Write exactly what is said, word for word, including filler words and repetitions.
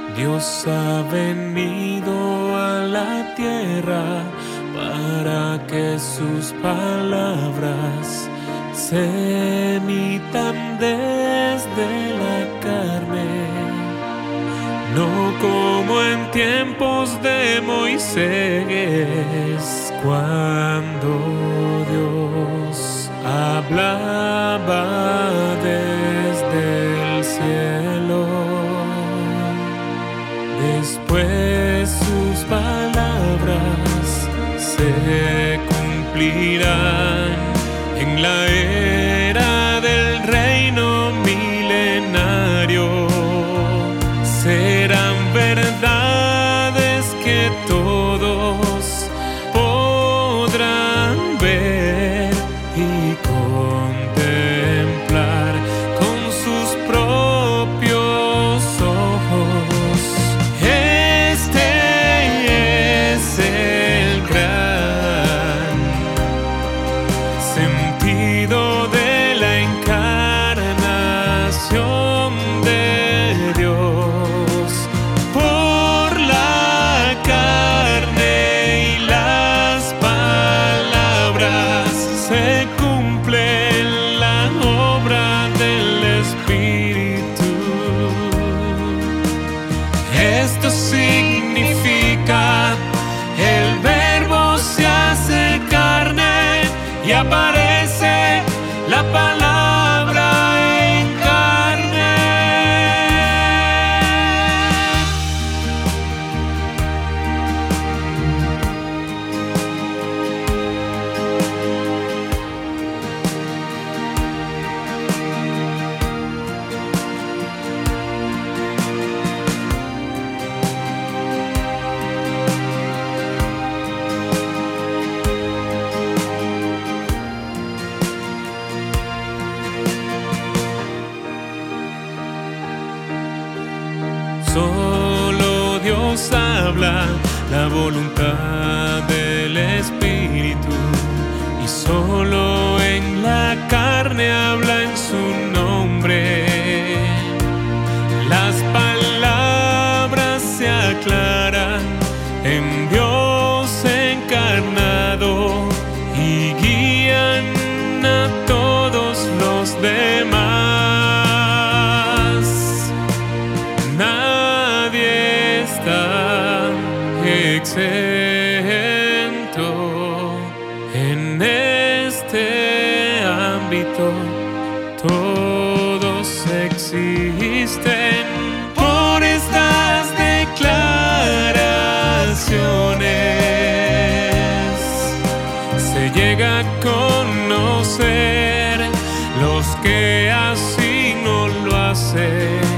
Dios ha venido a la tierra para que sus palabras se emitan desde la carne, no como en tiempos de Moisés, cuando Dios hablaba desde el cielo. Después sus palabras se cumplirán en la era del reino milenario. Serán verdades que todos podrán ver y contemplar con sus propios ojos. Este es el gran sentido de la encarnación de Dios. Por la carne y las palabras se cumple la obra del Espíritu. Esto significa: el Verbo se hace carne y aparece la palabra en carne. Solo Dios habla la voluntad del Espíritu, y solo en la carne habla en su nombre. Las palabras se aclaran en Dios encarnado y guían a todos los demás. Nadie está exento en este ámbito. Todos existen por estas declaraciones. Se llega a conocer los que así no lo hacen.